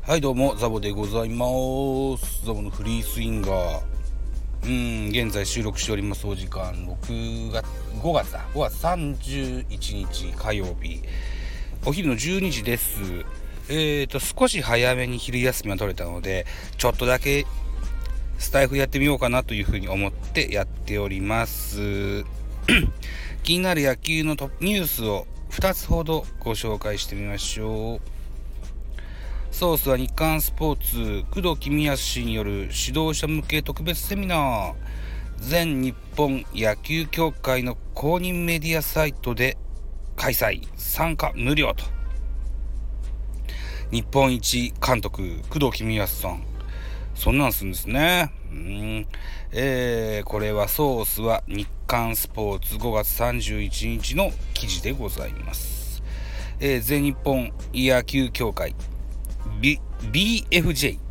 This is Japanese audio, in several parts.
はいどうも、ザボでございます。ザボのフリースインガー。現在収録しております。お時間5月31日火曜日、お昼の12時です。少し早めに昼休みが取れたので、ちょっとだけスタイフやってみようかなというふうに思ってやっております。気になる野球のニュースを2つほどご紹介してみましょう。ソースは日刊スポーツ、工藤公康氏による指導者向け特別セミナー。全日本野球協会の公認メディアサイトで開催、参加無料と。日本一監督、工藤公康さん。そんなんするんですね。これはソースは日刊スポーツ5月31日の記事でございます。全日本野球協会BFJ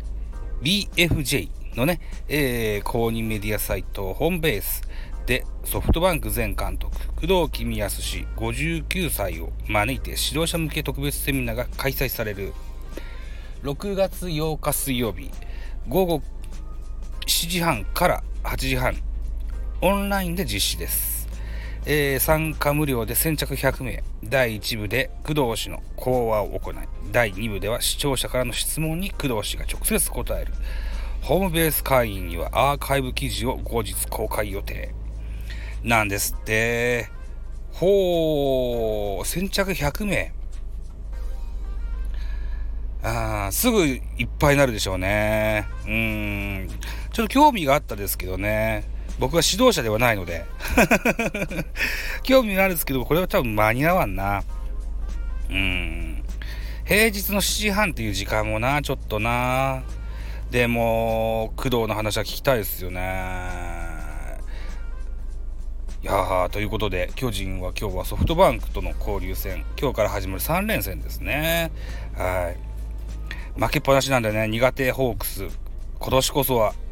のね、公認メディアサイトホームベースでソフトバンク前監督工藤公康氏59歳を招いて指導者向け特別セミナーが開催される。6月8日水曜日午後7時半から8時半オンラインで実施です。参加無料で先着100名。第1部で工藤氏の講話を行い、第2部では視聴者からの質問に工藤氏が直接答える。ホームベース会員にはアーカイブ記事を後日公開予定なんですって。先着100名。すぐいっぱいになるでしょうね。ちょっと興味があったですけどね。僕は指導者ではないので興味があるんですけど、これは多分間に合わんな。平日の7時半っていう時間もな、ちょっとな。でも工藤の話は聞きたいですよね。いやー、ということで巨人は今日はソフトバンクとの交流戦、今日から始まる3連戦ですね。はい、負けっぱなしなんでね、苦手ホークス、今年こそは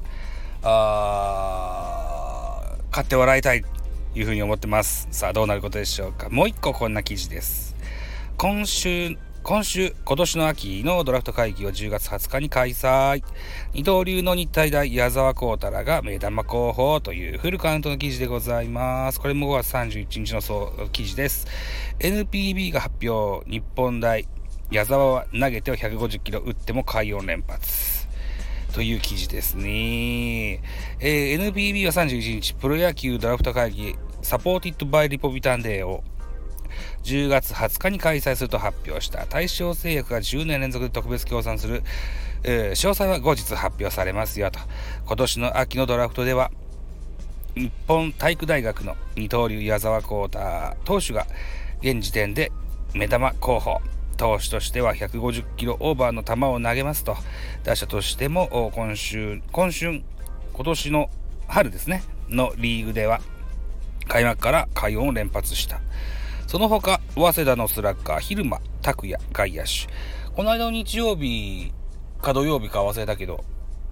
勝って笑いたいというふうに思ってます。さあどうなることでしょうか。もう一個こんな記事です。今年の秋のドラフト会議は10月20日に開催。二刀流の日体大矢澤宏太らが目玉候補というフルカウントの記事でございます。これも5月31日の記事です。 NPB が発表。日本大矢澤は投げては150キロ、打っても快音連発という記事ですね。NPB は31日、プロ野球ドラフト会議サポーティッドバイリポビタンデーを10月20日に開催すると発表した。大正製薬が10年連続で特別協賛する、詳細は後日発表されますよと。今年の秋のドラフトでは日本体育大学の二刀流矢澤宏太投手が現時点で目玉候補。投手としては150キロオーバーの球を投げますと。打者としても今年の春ですねのリーグでは開幕から快音を連発した。その他早稲田のスラッガー蛭間拓也外野手、この間の日曜日か土曜日か忘れたけど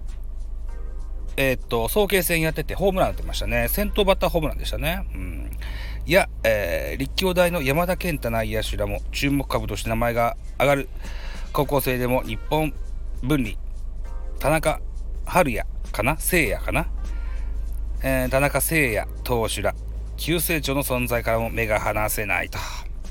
早慶戦やっててホームラン打ってましたね。先頭バッターホームランでしたね。立教大の山田健太内野手らも注目株として名前が上がる。高校生でも日本文理田中春也かな聖也かな、田中聖也投手ら急成長の存在からも目が離せないと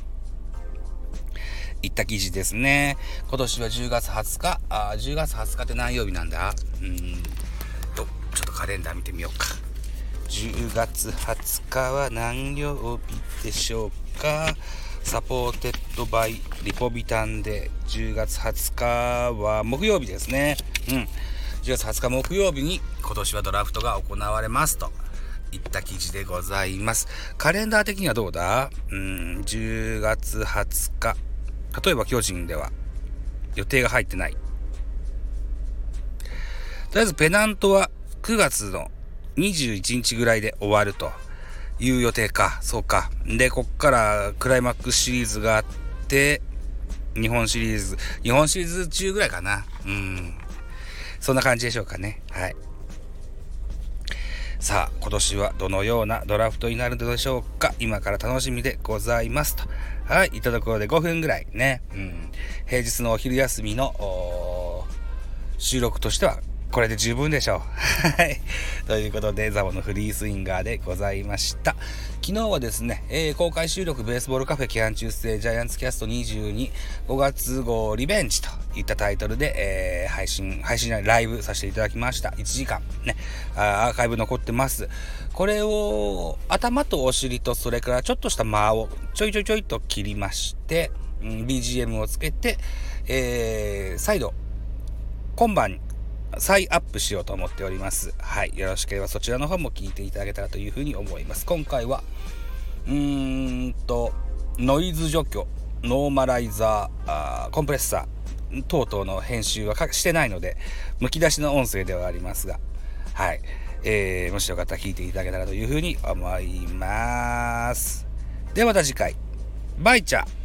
いった記事ですね。今年は10月20日10月20日って何曜日なんだ。ちょっとカレンダー見てみようか。10月20日は何曜日でしょうか。サポーテッドバイリポビタンで10月20日は木曜日ですね。10月20日木曜日に今年はドラフトが行われますといった記事でございます。カレンダー的にはどうだ。10月20日、例えば巨人では予定が入ってない。とりあえずペナントは9月の21日ぐらいで終わるという予定か。そうか。でこっからクライマックスシリーズがあって、日本シリーズ中ぐらいかな。そんな感じでしょうかね。はい。 さあ今年はどのようなドラフトになるのでしょうか。今から楽しみでございますと。はい、いったところで5分ぐらいね、平日のお昼休みの収録としてはこれで十分でしょう。はい。ということで、ザボのフリースインガーでございました。昨日はですね、公開収録ベースボールカフェ期間中世ジャイアンツキャスト22、5月号リベンジといったタイトルで、配信ライブさせていただきました。1時間ね、アーカイブ残ってます。これを頭とお尻とそれからちょっとした間をちょいと切りまして、BGM をつけて、再度今晩再アップしようと思っております。はい。よろしければそちらの方も聞いていただけたらというふうに思います。今回は、ノイズ除去、ノーマライザー、コンプレッサー等々の編集はしてないので、むき出しの音声ではありますが、はい。もしよかったら聞いていただけたらというふうに思います。ではまた次回。バイチャー。